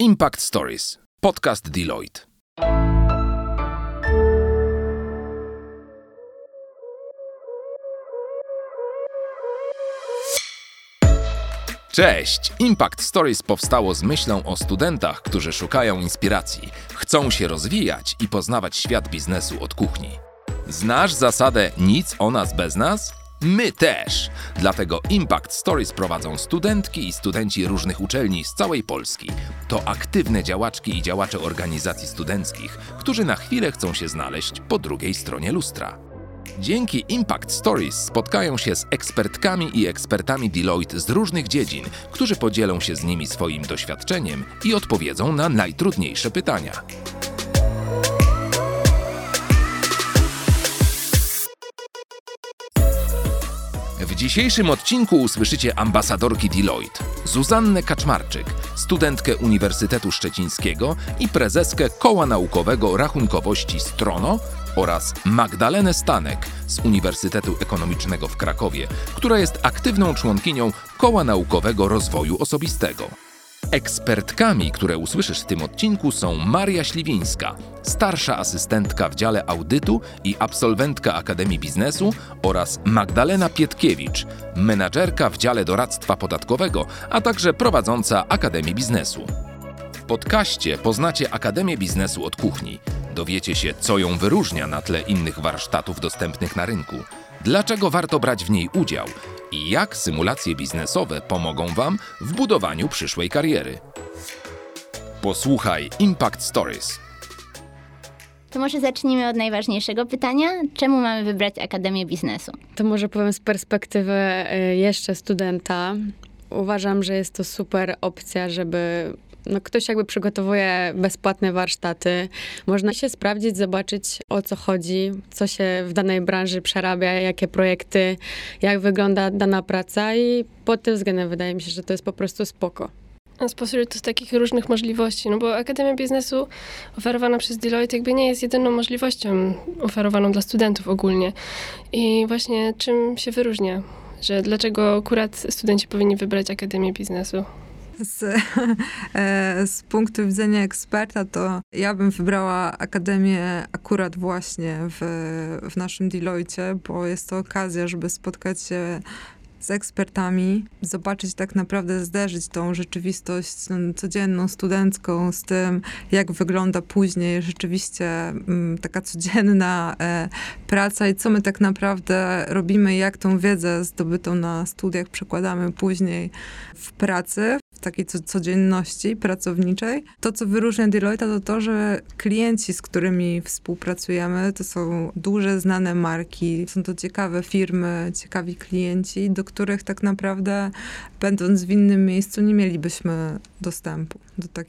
Impact Stories. Podcast Deloitte. Cześć! Impact Stories powstało z myślą o studentach, którzy szukają inspiracji, chcą się rozwijać i poznawać świat biznesu od kuchni. Znasz zasadę nic o nas bez nas? My też! Dlatego Impact Stories prowadzą studentki i studenci różnych uczelni z całej Polski. To aktywne działaczki i działacze organizacji studenckich, którzy na chwilę chcą się znaleźć po drugiej stronie lustra. Dzięki Impact Stories spotkają się z ekspertkami i ekspertami Deloitte z różnych dziedzin, którzy podzielą się z nimi swoim doświadczeniem i odpowiedzą na najtrudniejsze pytania. W dzisiejszym odcinku usłyszycie ambasadorki Deloitte, Zuzannę Kaczmarczyk, studentkę Uniwersytetu Szczecińskiego i prezeskę Koła Naukowego Rachunkowości Strono oraz Magdalenę Stanek z Uniwersytetu Ekonomicznego w Krakowie, która jest aktywną członkinią Koła Naukowego Rozwoju Osobistego. Ekspertkami, które usłyszysz w tym odcinku, są Maria Śliwińska, starsza asystentka w dziale audytu i absolwentka Akademii Biznesu, oraz Magdalena Pietkiewicz, menadżerka w dziale doradztwa podatkowego, a także prowadząca Akademię Biznesu. W podcaście poznacie Akademię Biznesu od kuchni. Dowiecie się, co ją wyróżnia na tle innych warsztatów dostępnych na rynku, dlaczego warto brać w niej udział i jak symulacje biznesowe pomogą Wam w budowaniu przyszłej kariery. Posłuchaj Impact Stories. To może zacznijmy od najważniejszego pytania. Czemu mamy wybrać Akademię Biznesu? To może powiem z perspektywy jeszcze studenta. Uważam, że jest to super opcja, żeby ktoś jakby przygotowuje bezpłatne warsztaty. Można się sprawdzić, zobaczyć, o co chodzi, co się w danej branży przerabia, jakie projekty, jak wygląda dana praca i pod tym względem wydaje mi się, że to jest po prostu spoko. Spośród z takich różnych możliwości, bo Akademia Biznesu oferowana przez Deloitte jakby nie jest jedyną możliwością oferowaną dla studentów ogólnie. I właśnie czym się wyróżnia, że dlaczego akurat studenci powinni wybrać Akademię Biznesu? Z punktu widzenia eksperta, to ja bym wybrała Akademię akurat właśnie w naszym Deloitte, bo jest to okazja, żeby spotkać się z ekspertami, zobaczyć tak naprawdę, zderzyć tą rzeczywistość codzienną, studencką z tym, jak wygląda później rzeczywiście taka codzienna praca i co my tak naprawdę robimy, jak tą wiedzę zdobytą na studiach przekładamy później w pracy, w takiej codzienności pracowniczej. To, co wyróżnia Deloitte, to to, że klienci, z którymi współpracujemy, to są duże, znane marki, są to ciekawe firmy, ciekawi klienci, do których tak naprawdę, będąc w innym miejscu, nie mielibyśmy dostępu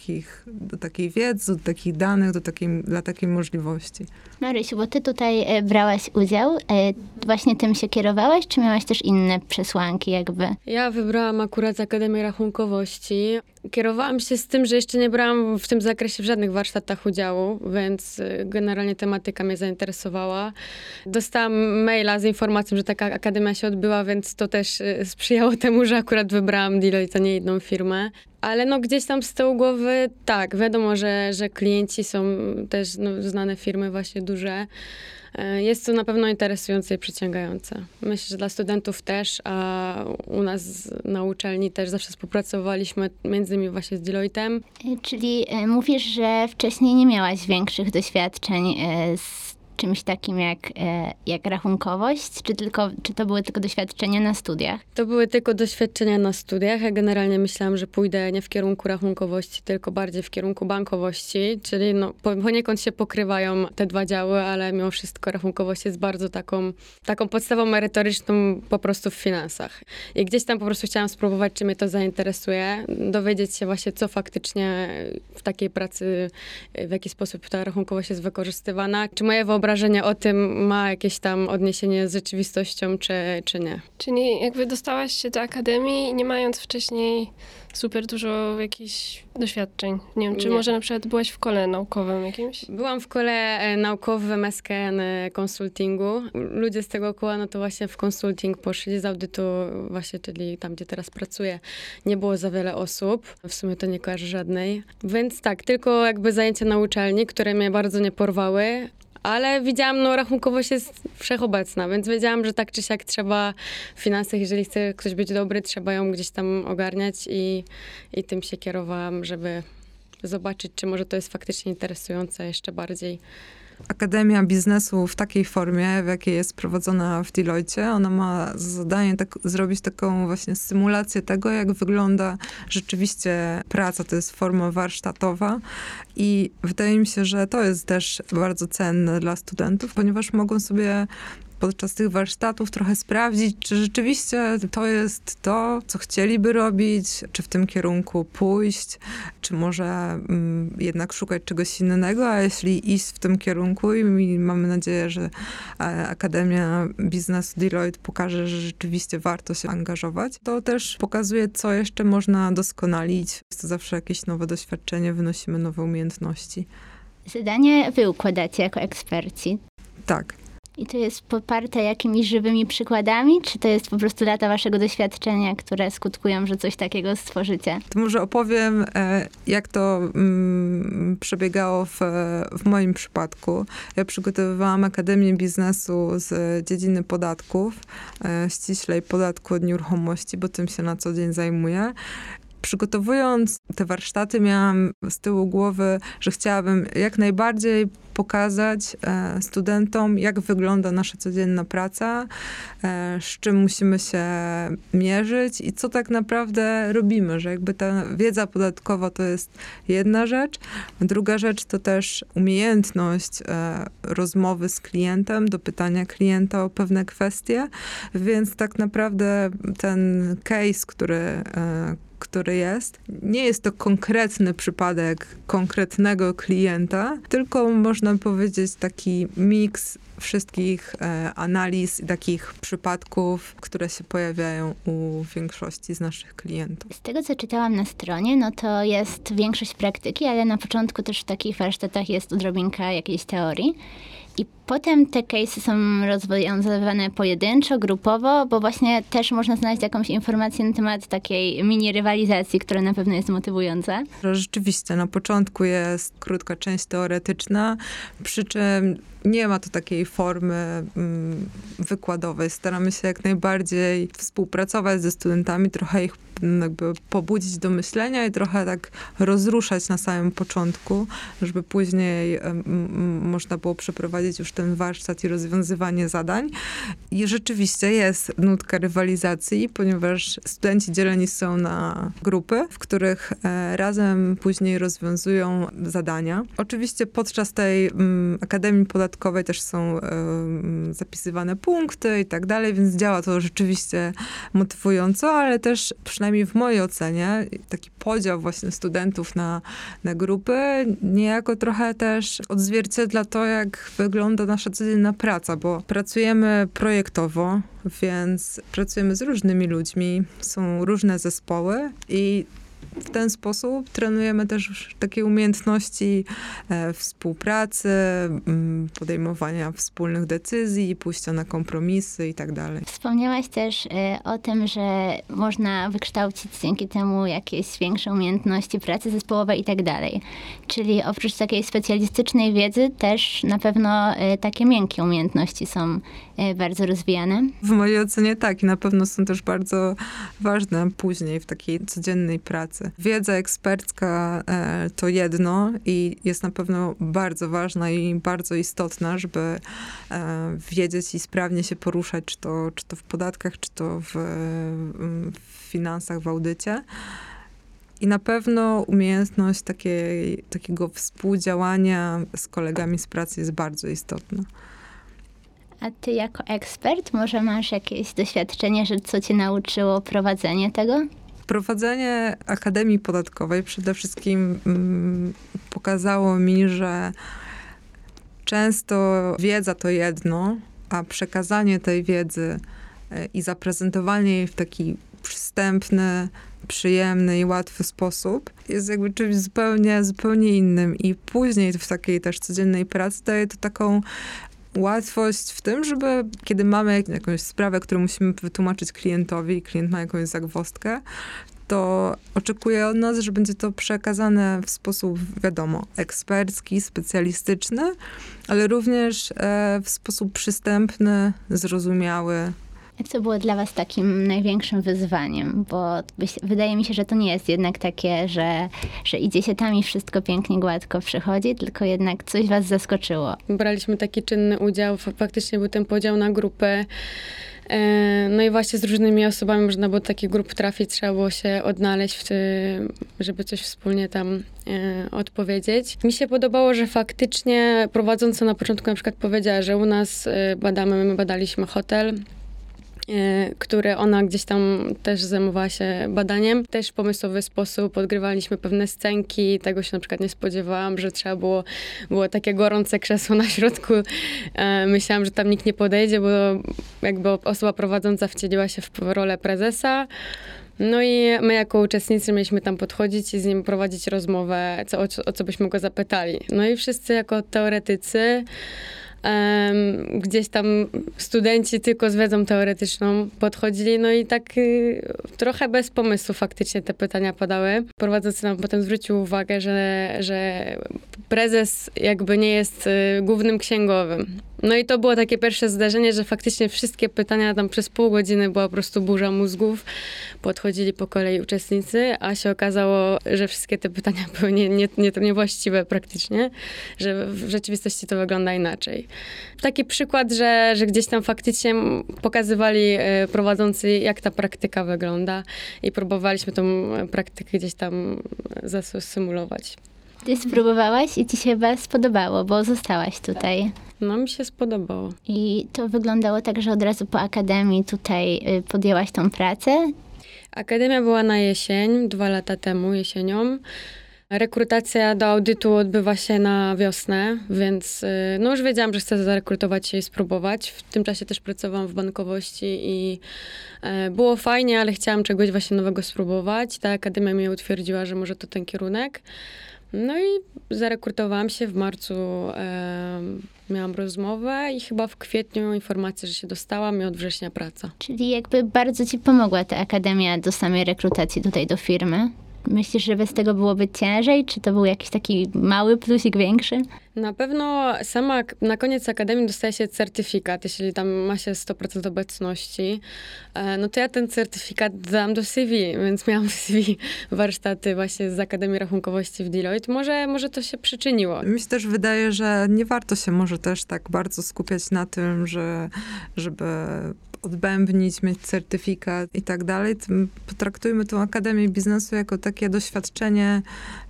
do takiej wiedzy, do takich danych, dla takiej możliwości. Marysiu, bo ty tutaj brałaś udział, właśnie tym się kierowałaś, czy miałaś też inne przesłanki jakby? Ja wybrałam akurat Akademię Rachunkowości. Kierowałam się z tym, że jeszcze nie brałam w tym zakresie w żadnych warsztatach udziału, więc generalnie tematyka mnie zainteresowała. Dostałam maila z informacją, że taka akademia się odbyła, więc to też sprzyjało temu, że akurat wybrałam Deloitte, a nie jedną firmę. Ale gdzieś tam z tyłu głowy, tak, wiadomo, że klienci są też znane firmy właśnie duże. Jest to na pewno interesujące i przyciągające. Myślę, że dla studentów też, a u nas na uczelni też zawsze współpracowaliśmy między innymi właśnie z Deloittem. Czyli mówisz, że wcześniej nie miałaś większych doświadczeń z czymś takim jak rachunkowość, czy to były tylko doświadczenia na studiach? To były tylko doświadczenia na studiach. Ja generalnie myślałam, że pójdę nie w kierunku rachunkowości, tylko bardziej w kierunku bankowości, czyli poniekąd się pokrywają te dwa działy, ale mimo wszystko rachunkowość jest bardzo taką podstawą merytoryczną po prostu w finansach. I gdzieś tam po prostu chciałam spróbować, czy mnie to zainteresuje, dowiedzieć się właśnie, co faktycznie w takiej pracy, w jaki sposób ta rachunkowość jest wykorzystywana, czy moje wyobrażenie wyobrażenie o tym ma jakieś tam odniesienie z rzeczywistością, czy nie. Czyli jakby dostałaś się do akademii, nie mając wcześniej super dużo jakichś doświadczeń. Nie wiem, czy Nie. może na przykład byłaś w kole naukowym jakimś? Byłam w kole naukowym SKN Consultingu. Ludzie z tego koła, no to właśnie w consulting poszli z audytu właśnie, czyli tam, gdzie teraz pracuję. Nie było za wiele osób. W sumie to nie kojarzę żadnej. Więc tak, tylko jakby zajęcia na uczelni, które mnie bardzo nie porwały. Ale widziałam, no rachunkowość jest wszechobecna, więc wiedziałam, że tak czy siak trzeba w finansach, jeżeli chce ktoś być dobry, trzeba ją gdzieś tam ogarniać i tym się kierowałam, żeby zobaczyć, czy może to jest faktycznie interesujące jeszcze bardziej. Akademia Biznesu w takiej formie, w jakiej jest prowadzona w Deloitte, ona ma za zadanie zrobić taką właśnie symulację tego, jak wygląda rzeczywiście praca. To jest forma warsztatowa i wydaje mi się, że to jest też bardzo cenne dla studentów, ponieważ mogą sobie podczas tych warsztatów trochę sprawdzić, czy rzeczywiście to jest to, co chcieliby robić, czy w tym kierunku pójść, czy może jednak szukać czegoś innego, a jeśli iść w tym kierunku i mamy nadzieję, że Akademia Biznesu Deloitte pokaże, że rzeczywiście warto się angażować, to też pokazuje, co jeszcze można doskonalić. Jest to zawsze jakieś nowe doświadczenie, wynosimy nowe umiejętności. Zadanie wy układacie jako eksperci. Tak. I to jest poparte jakimiś żywymi przykładami, czy to jest po prostu lata waszego doświadczenia, które skutkują, że coś takiego stworzycie? To może opowiem, jak to przebiegało w moim przypadku. Ja przygotowywałam Akademię Biznesu z dziedziny podatków, ściślej podatku od nieruchomości, bo tym się na co dzień zajmuję. Przygotowując te warsztaty, miałam z tyłu głowy, że chciałabym jak najbardziej pokazać studentom, jak wygląda nasza codzienna praca, z czym musimy się mierzyć i co tak naprawdę robimy, że jakby ta wiedza podatkowa to jest jedna rzecz. Druga rzecz to też umiejętność rozmowy z klientem, dopytania klienta o pewne kwestie, więc tak naprawdę ten case, który jest. Nie jest to konkretny przypadek konkretnego klienta, tylko można powiedzieć taki miks wszystkich analiz i takich przypadków, które się pojawiają u większości z naszych klientów. Z tego, co czytałam na stronie, no to jest większość praktyki, ale na początku też w takich warsztatach jest odrobinka jakiejś teorii. I potem te case'y są rozwiązywane pojedynczo, grupowo, bo właśnie też można znaleźć jakąś informację na temat takiej mini rywalizacji, która na pewno jest motywująca. Rzeczywiście, na początku jest krótka część teoretyczna, przy czym nie ma to takiej formy wykładowej. Staramy się jak najbardziej współpracować ze studentami, trochę ich jakby pobudzić do myślenia i trochę tak rozruszać na samym początku, żeby później można było przeprowadzić już ten warsztat i rozwiązywanie zadań. I rzeczywiście jest nutka rywalizacji, ponieważ studenci dzieleni są na grupy, w których razem później rozwiązują zadania. Oczywiście podczas tej Akademii Podatkowej też są zapisywane punkty i tak dalej, więc działa to rzeczywiście motywująco, ale też przynajmniej w mojej ocenie taki podział właśnie studentów na grupy niejako trochę też odzwierciedla to, jak wygląda nasza codzienna praca, bo pracujemy projektowo, więc pracujemy z różnymi ludźmi, są różne zespoły i w ten sposób trenujemy też takie umiejętności współpracy, podejmowania wspólnych decyzji, pójścia na kompromisy i tak dalej. Wspomniałaś też o tym, że można wykształcić dzięki temu jakieś większe umiejętności pracy zespołowej i tak dalej. Czyli oprócz takiej specjalistycznej wiedzy też na pewno takie miękkie umiejętności są bardzo rozwijane. W mojej ocenie tak i na pewno są też bardzo ważne później w takiej codziennej pracy. Wiedza ekspercka to jedno i jest na pewno bardzo ważna i bardzo istotna, żeby wiedzieć i sprawnie się poruszać, czy to w podatkach, czy to w finansach, w audycie. I na pewno umiejętność takiego współdziałania z kolegami z pracy jest bardzo istotna. A ty jako ekspert może masz jakieś doświadczenie, że co cię nauczyło prowadzenie tego? Prowadzenie Akademii Podatkowej przede wszystkim pokazało mi, że często wiedza to jedno, a przekazanie tej wiedzy i zaprezentowanie jej w taki przystępny, przyjemny i łatwy sposób jest jakby czymś zupełnie innym. I później w takiej też codziennej pracy daje to taką łatwość w tym, żeby kiedy mamy jakąś sprawę, którą musimy wytłumaczyć klientowi i klient ma jakąś zagwozdkę, to oczekuje od nas, że będzie to przekazane w sposób, wiadomo, ekspercki, specjalistyczny, ale również w sposób przystępny, zrozumiały. A co było dla was takim największym wyzwaniem? Bo wydaje mi się, że to nie jest jednak takie, że idzie się tam i wszystko pięknie, gładko przychodzi, tylko jednak coś was zaskoczyło. Braliśmy taki czynny udział, faktycznie był ten podział na grupy. No i właśnie z różnymi osobami można było do takich grup trafić, trzeba było się odnaleźć, żeby coś wspólnie tam odpowiedzieć. Mi się podobało, że faktycznie prowadząca na początku na przykład powiedziała, że u nas my badaliśmy hotel, które ona gdzieś tam też zajmowała się badaniem. Też w pomysłowy sposób odgrywaliśmy pewne scenki. Tego się na przykład nie spodziewałam, że trzeba było takie gorące krzesło na środku. Myślałam, że tam nikt nie podejdzie, bo jakby osoba prowadząca wcieliła się w rolę prezesa. No i my jako uczestnicy mieliśmy tam podchodzić i z nim prowadzić rozmowę, o co byśmy go zapytali. No i wszyscy jako teoretycy, gdzieś tam studenci tylko z wiedzą teoretyczną podchodzili, no i tak trochę bez pomysłu faktycznie te pytania padały. Prowadzący nam potem zwrócił uwagę, że prezes jakby nie jest głównym księgowym. No i to było takie pierwsze zdarzenie, że faktycznie wszystkie pytania tam przez pół godziny była po prostu burza mózgów. Podchodzili po kolei uczestnicy, a się okazało, że wszystkie te pytania były niewłaściwe praktycznie, że w rzeczywistości to wygląda inaczej. Taki przykład, że gdzieś tam faktycznie pokazywali prowadzący, jak ta praktyka wygląda i próbowaliśmy tą praktykę gdzieś tam zasymulować. Ty spróbowałaś i ci się chyba spodobało, bo zostałaś tutaj. No, mi się spodobało. I to wyglądało tak, że od razu po akademii tutaj podjęłaś tą pracę? Akademia była na jesień, 2 lata temu, jesienią. Rekrutacja do audytu odbywa się na wiosnę, więc no już wiedziałam, że chcę zarekrutować się i spróbować. W tym czasie też pracowałam w bankowości i było fajnie, ale chciałam czegoś właśnie nowego spróbować. Ta akademia mnie utwierdziła, że może to ten kierunek. No i zarekrutowałam się w marcu, miałam rozmowę i chyba w kwietniu informację, że się dostałam i od września praca. Czyli jakby bardzo ci pomogła ta akademia do samej rekrutacji tutaj do firmy? Myślisz, że bez tego byłoby ciężej? Czy to był jakiś taki mały plusik większy? Na pewno na koniec akademii dostaje się certyfikat, jeśli tam ma się 100% obecności. No to ja ten certyfikat dałam do CV, więc miałam w CV warsztaty właśnie z Akademii Rachunkowości w Deloitte. Może to się przyczyniło. Mi się też wydaje, że nie warto się może też tak bardzo skupiać na tym, żeby odbębnić, mieć certyfikat i tak dalej. Potraktujmy tą Akademię Biznesu jako takie doświadczenie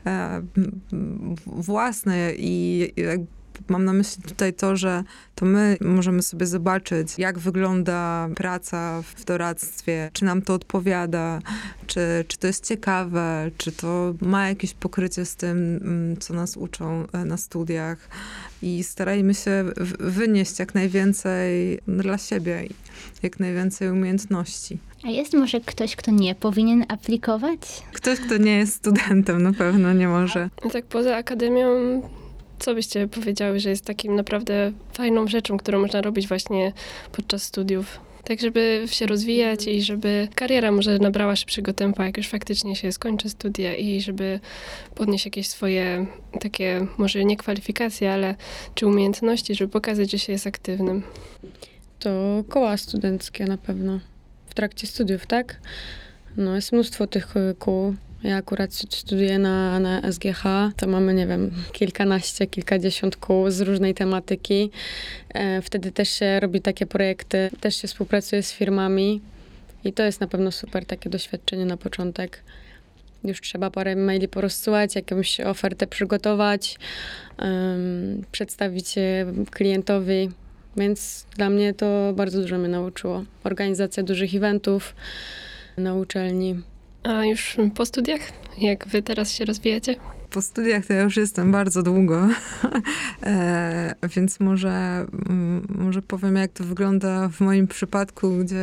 własne i mam na myśli tutaj to, że to my możemy sobie zobaczyć, jak wygląda praca w doradztwie, czy nam to odpowiada, czy to jest ciekawe, czy to ma jakieś pokrycie z tym, co nas uczą na studiach. I starajmy się wynieść jak najwięcej dla siebie, jak najwięcej umiejętnościi. A jest może ktoś, kto nie powinien aplikować? Ktoś, kto nie jest studentem, na pewno nie może. No tak poza akademią, co byście powiedziały, że jest takim naprawdę fajną rzeczą, którą można robić właśnie podczas studiów? Tak, żeby się rozwijać i żeby kariera może nabrała szybszego tempa, jak już faktycznie się skończy studia i żeby podnieść jakieś swoje takie, może nie kwalifikacje, ale czy umiejętności, żeby pokazać, że się jest aktywnym. To koła studenckie na pewno. W trakcie studiów, tak? No, jest mnóstwo tych kół. Ja akurat studiuję na SGH, to mamy, nie wiem, kilkadziesiąt kół z różnej tematyki. Wtedy też się robi takie projekty, też się współpracuje z firmami i to jest na pewno super takie doświadczenie na początek. Już trzeba parę maili porozsyłać, jakąś ofertę przygotować, przedstawić klientowi, więc dla mnie to bardzo dużo mnie nauczyło. Organizacja dużych eventów na uczelni. A już po studiach? Jak wy teraz się rozwijacie? Po studiach to ja już jestem bardzo długo, więc może powiem, jak to wygląda w moim przypadku, gdzie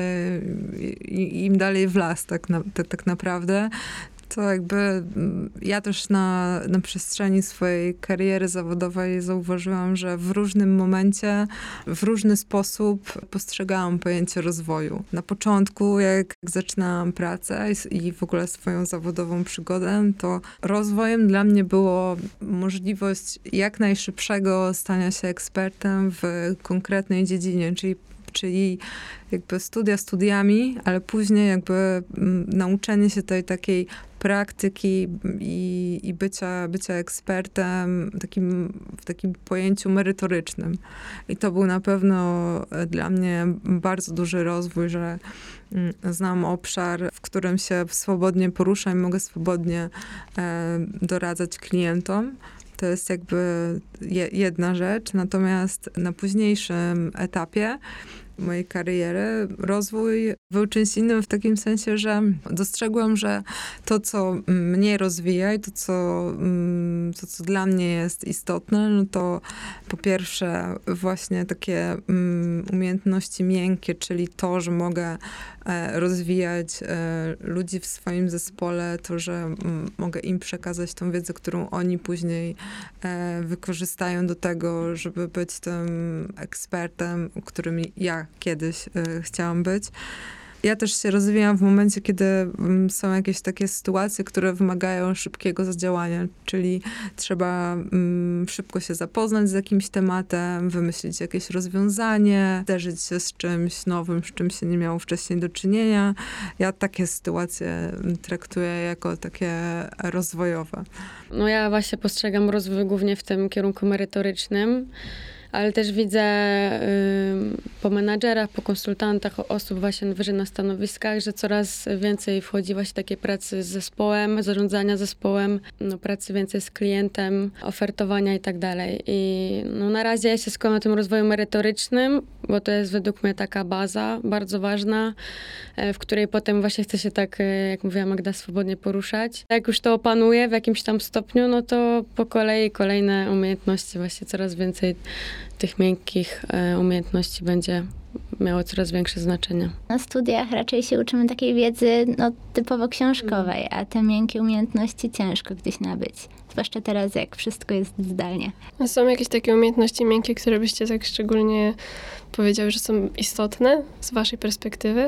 im dalej w las tak naprawdę. To jakby ja też na przestrzeni swojej kariery zawodowej zauważyłam, że w różnym momencie, w różny sposób postrzegałam pojęcie rozwoju. Na początku, jak zaczynałam pracę i w ogóle swoją zawodową przygodę, to rozwojem dla mnie było możliwość jak najszybszego stania się ekspertem w konkretnej dziedzinie, czyli jakby studia studiami, ale później jakby nauczenie się tej takiej praktyki i bycia ekspertem w takim pojęciu merytorycznym. I to był na pewno dla mnie bardzo duży rozwój, że znam obszar, w którym się swobodnie poruszam i mogę swobodnie doradzać klientom. To jest jakby jedna rzecz. Natomiast na późniejszym etapie mojej kariery rozwój był czymś innym w takim sensie, że dostrzegłam, że to, co mnie rozwija i to, co dla mnie jest istotne, no to po pierwsze właśnie takie umiejętności miękkie, czyli to, że mogę rozwijać ludzi w swoim zespole, to, że mogę im przekazać tą wiedzę, którą oni później wykorzystają do tego, żeby być tym ekspertem, którym ja kiedyś chciałam być. Ja też się rozwijam w momencie, kiedy są jakieś takie sytuacje, które wymagają szybkiego zadziałania, czyli trzeba szybko się zapoznać z jakimś tematem, wymyślić jakieś rozwiązanie, zderzyć się z czymś nowym, z czym się nie miało wcześniej do czynienia. Ja takie sytuacje traktuję jako takie rozwojowe. No ja właśnie postrzegam rozwój głównie w tym kierunku merytorycznym, ale też widzę po menadżerach, po konsultantach, osób właśnie wyżej na stanowiskach, że coraz więcej wchodzi właśnie takiej pracy z zespołem, zarządzania zespołem, pracy więcej z klientem, ofertowania i tak dalej. I na razie ja się skupiam na tym rozwoju merytorycznym, bo to jest według mnie taka baza bardzo ważna, w której potem właśnie chce się tak, jak mówiła Magda, swobodnie poruszać. Jak już to opanuję w jakimś tam stopniu, no to po kolei kolejne umiejętności, właśnie coraz więcej tych miękkich umiejętności będzie miało coraz większe znaczenie. Na studiach raczej się uczymy takiej wiedzy typowo książkowej, a te miękkie umiejętności ciężko gdzieś nabyć. Zwłaszcza teraz, jak wszystko jest zdalnie. A są jakieś takie umiejętności miękkie, które byście tak szczególnie powiedziały, że są istotne z waszej perspektywy?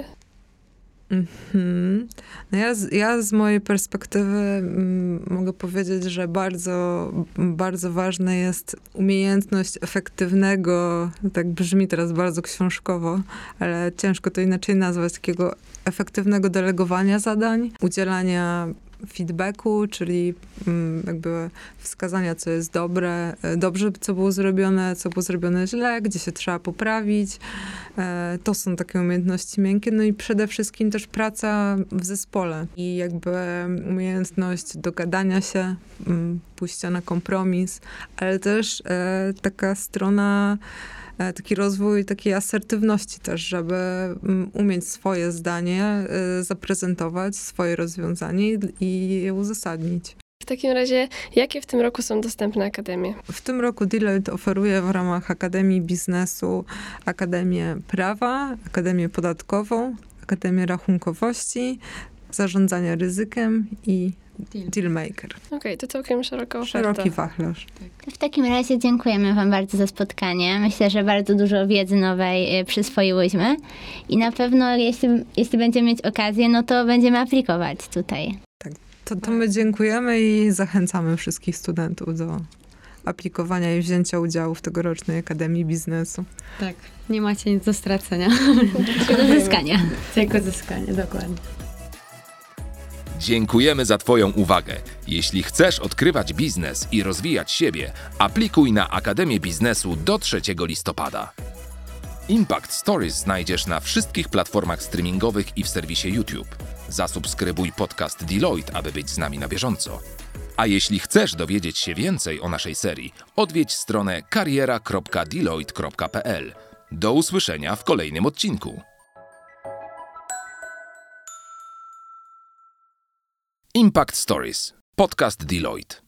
No ja z mojej perspektywy mogę powiedzieć, że bardzo, bardzo ważna jest umiejętność efektywnego, tak brzmi teraz bardzo książkowo, ale ciężko to inaczej nazwać, takiego efektywnego delegowania zadań, udzielania feedbacku, czyli jakby wskazania, co jest dobrze, co było zrobione źle, gdzie się trzeba poprawić. To są takie umiejętności miękkie. No i przede wszystkim też praca w zespole i jakby umiejętność dogadania się, pójścia na kompromis, ale też taka strona, taki rozwój takiej asertywności też, żeby umieć swoje zdanie zaprezentować, swoje rozwiązanie i je uzasadnić. W takim razie, jakie w tym roku są dostępne akademie? W tym roku Deloitte oferuje w ramach Akademii Biznesu Akademię Prawa, Akademię Podatkową, Akademię Rachunkowości, Zarządzania Ryzykiem i Dealmaker. Okej, to całkiem szeroka oferta. Szeroki wachlarz. W takim razie dziękujemy wam bardzo za spotkanie. Myślę, że bardzo dużo wiedzy nowej przyswoiłyśmy i na pewno jeśli będziemy mieć okazję, no to będziemy aplikować tutaj. Tak, to my dziękujemy i zachęcamy wszystkich studentów do aplikowania i wzięcia udziału w tegorocznej Akademii Biznesu. Tak, nie macie nic do stracenia. Tylko do zyskania. Tylko zyskanie, dokładnie. Dziękujemy za Twoją uwagę. Jeśli chcesz odkrywać biznes i rozwijać siebie, aplikuj na Akademię Biznesu do 3 listopada. Impact Stories znajdziesz na wszystkich platformach streamingowych i w serwisie YouTube. Zasubskrybuj podcast Deloitte, aby być z nami na bieżąco. A jeśli chcesz dowiedzieć się więcej o naszej serii, odwiedź stronę kariera.deloitte.pl. Do usłyszenia w kolejnym odcinku. Impact Stories. Podcast Deloitte.